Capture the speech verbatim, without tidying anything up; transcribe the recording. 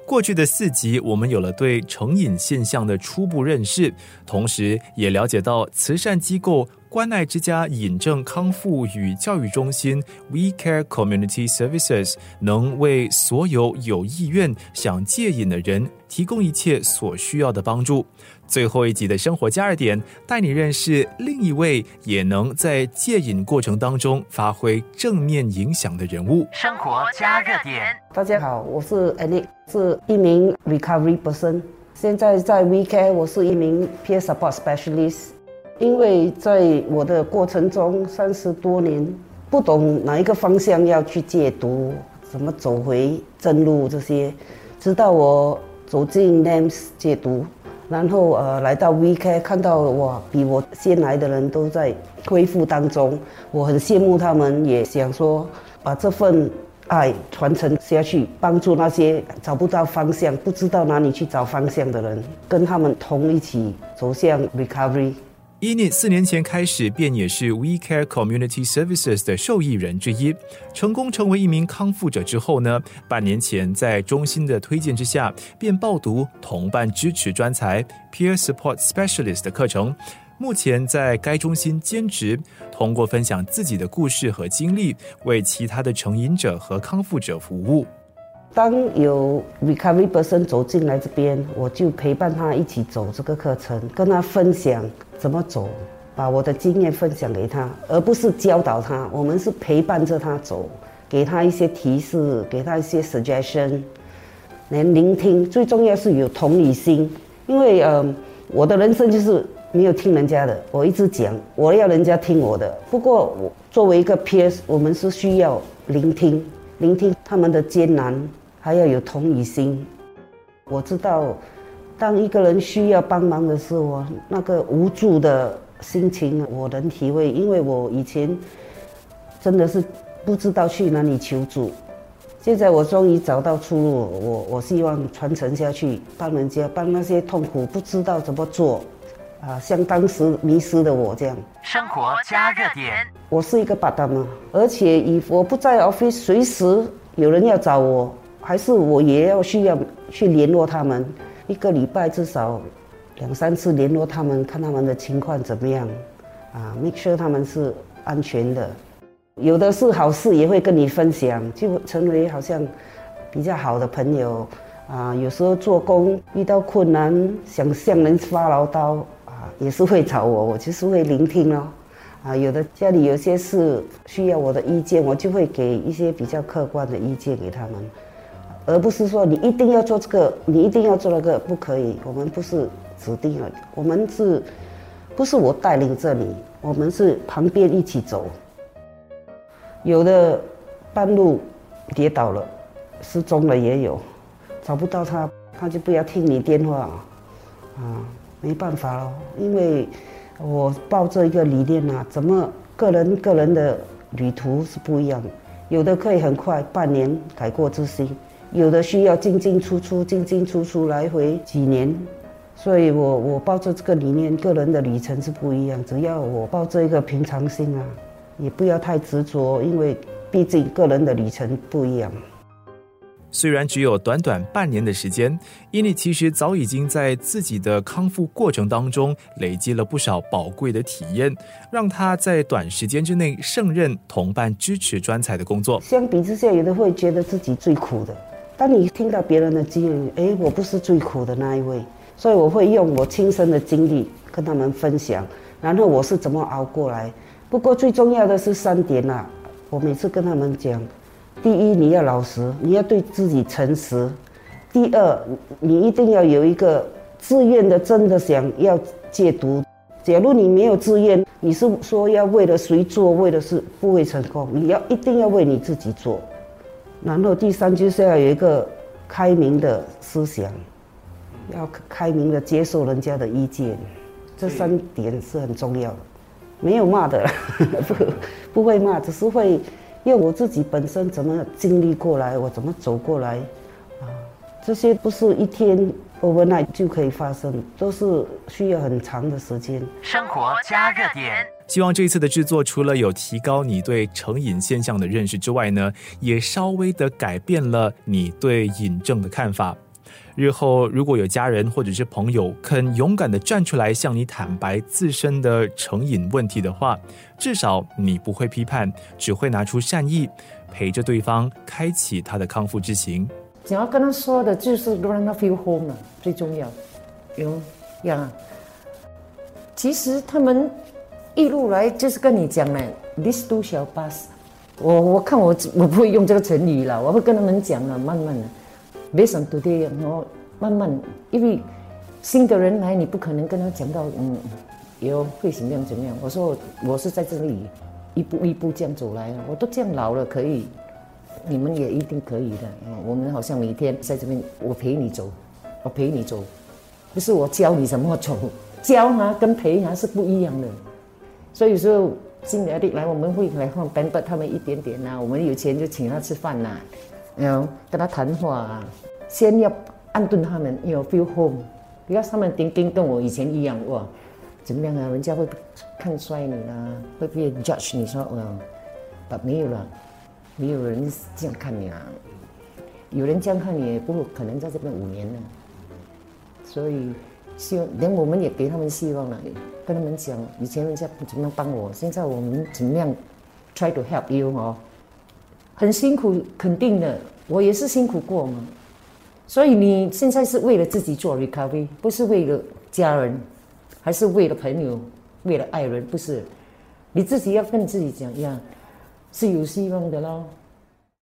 过去的四集，我们有了对成瘾现象的初步认识，同时也了解到慈善机构关爱之家瘾症康复与教育中心 We Care Community Services 能为所有有意愿想戒瘾的人提供一切所需要的帮助。最后一集的生活加热点带你认识另一位也能在戒瘾过程当中发挥正面影响的人物。 生活加热点， 大家好，我是 Annie， 是一名 recovery person， 现在在 We Care 我是一名 peer support specialist。因为在我的过程中三十多年，不懂哪一个方向要去戒毒，怎么走回正路这些，直到我走进 N A M S 戒毒，然后呃来到 We Care 看到哇，比我先来的人都在恢复当中，我很羡慕他们，也想说把这份爱传承下去，帮助那些找不到方向、不知道哪里去找方向的人，跟他们同一起走向 recovery。 伊妮四年前开始便也是 We Care Community Services 的受益人之一，成功成为一名康复者之后呢，半年前在中心的推荐之下，便报读同伴支持专才 Peer Support Specialist 的课程。目前在该中心兼职，通过分享自己的故事和经历，为其他的成瘾者和康复者服务。 当有 recovery person 走进来这边，我就陪伴他一起走这个课程，跟他分享怎么走，把我的经验分享给他，而不是教导他，我们是陪伴着他走，给他一些提示，给他一些 suggestion， 能聆听，最重要是有同理心。因为呃，我的人生就是没有听人家的，我一直讲，我要人家听我的。不过我作为一个 peer， 我们是需要聆听，聆听他们的艰难，还要有同理心。我知道当一个人需要帮忙的时候，那个无助的心情我能体会，因为我以前真的是不知道去哪里求助，现在我终于找到出路，我我希望传承下去，帮人家，帮那些痛苦不知道怎么做啊，像当时迷失的我这样。 生活加热点， 我是一个爸爸嘛，而且以我不在 office， 随时有人要找我，还是我也要需要去联络他们，一个礼拜至少两三次联络他们，看他们的情况怎么样啊 ，make sure 他们是安全的。有的是好事也会跟你分享，就成为好像比较好的朋友啊。有时候做工遇到困难，想向人发牢叨啊，也是会找我，我就是会聆听咯。啊，有的家里有些事需要我的意见，我就会给一些比较客观的意见给他们，而不是说你一定要做这个，你一定要做那个，不可以。我们不是指定了，我们是不是我带领着你？我们是旁边一起走。有的半路跌倒了，失踪了也有，找不到他，他就不要听你电话啊，没办法咯，因为我抱着一个理念啊，怎么个人个人的旅途是不一样的，有的可以很快半年改过自新，有的需要进进出出进进出出来回几年，所以我我抱着这个理念，个人的旅程是不一样，只要我抱着一个平常心啊，也不要太执着，因为毕竟个人的旅程不一样。 虽然只有短短半年的时间，伊妮其实早已经在自己的康复过程当中累积了不少宝贵的体验，让她在短时间之内胜任同伴支持专才的工作。 相比之下，有的会觉得自己最苦的，当你听到别人的经验，诶，我不是最苦的那一位，所以我会用我亲身的经历跟他们分享，然后我是怎么熬过来。不过最重要的是三点啊，我每次跟他们讲，第一，你要老实，你要对自己诚实；第二，你一定要有一个自愿的，真的想要戒毒。假如你没有自愿，你是说要为了谁做，为了是不会成功，你要一定要为你自己做。然后第三就是要有一个开明的思想，要开明的接受人家的意见，这三点是很重要的。没有骂的不不会骂，只是会用我自己本身怎么经历过来，我怎么走过来啊，这些不是一天 overnight 就可以发生，都是需要很长的时间。 生活加热点， 希望这一次的制作除了有提高你对成瘾现象的认识之外呢，也稍微的改变了你对瘾症的看法。 日后如果有家人或者是朋友肯勇敢地站出来向你坦白自身的成瘾问题的话，至少你不会批判，只会拿出善意，陪着对方开启他的康复之行。 想要跟他说的就是让他 feel home 了，最重要。有呀，其实他们一路来就是跟你讲了 ，this too shall pass。我我看我我不会用这个成语了，我会跟他们讲了，慢慢的 ，based on today， 然后慢慢，因为新的人来，你不可能跟他讲到嗯，有会怎么样怎么样。我说我我是在这里一步一步这样走来，我都这样老了，可以。你们也一定可以的。我们好像每天在这边，我陪你走，我陪你走，不是我教你怎么走，教啊跟陪啊是不一样的。所以有时候新来的来，我们会来放 pamper 他们一点点啊，我们有钱就请他吃饭呐、啊，然后跟他谈话啊，先要安顿他们，要 feel home， 不要他们顶顶跟我以前一样哇，怎么样啊？人家会看衰你啦，会不会 judge 你说哇，但没有了。没有人这样看你啊，有人这样看你也不可能在这边五年了，所以希望连我们也给他们希望了，跟他们讲以前人家怎么样帮我，现在我们怎么样 try to help you 哦，很辛苦肯定的，我也是辛苦过嘛，所以你现在是为了自己做 recovery， 不是为了家人，还是为了朋友，为了爱人，不是，你自己要跟自己讲呀。是有希望的咯。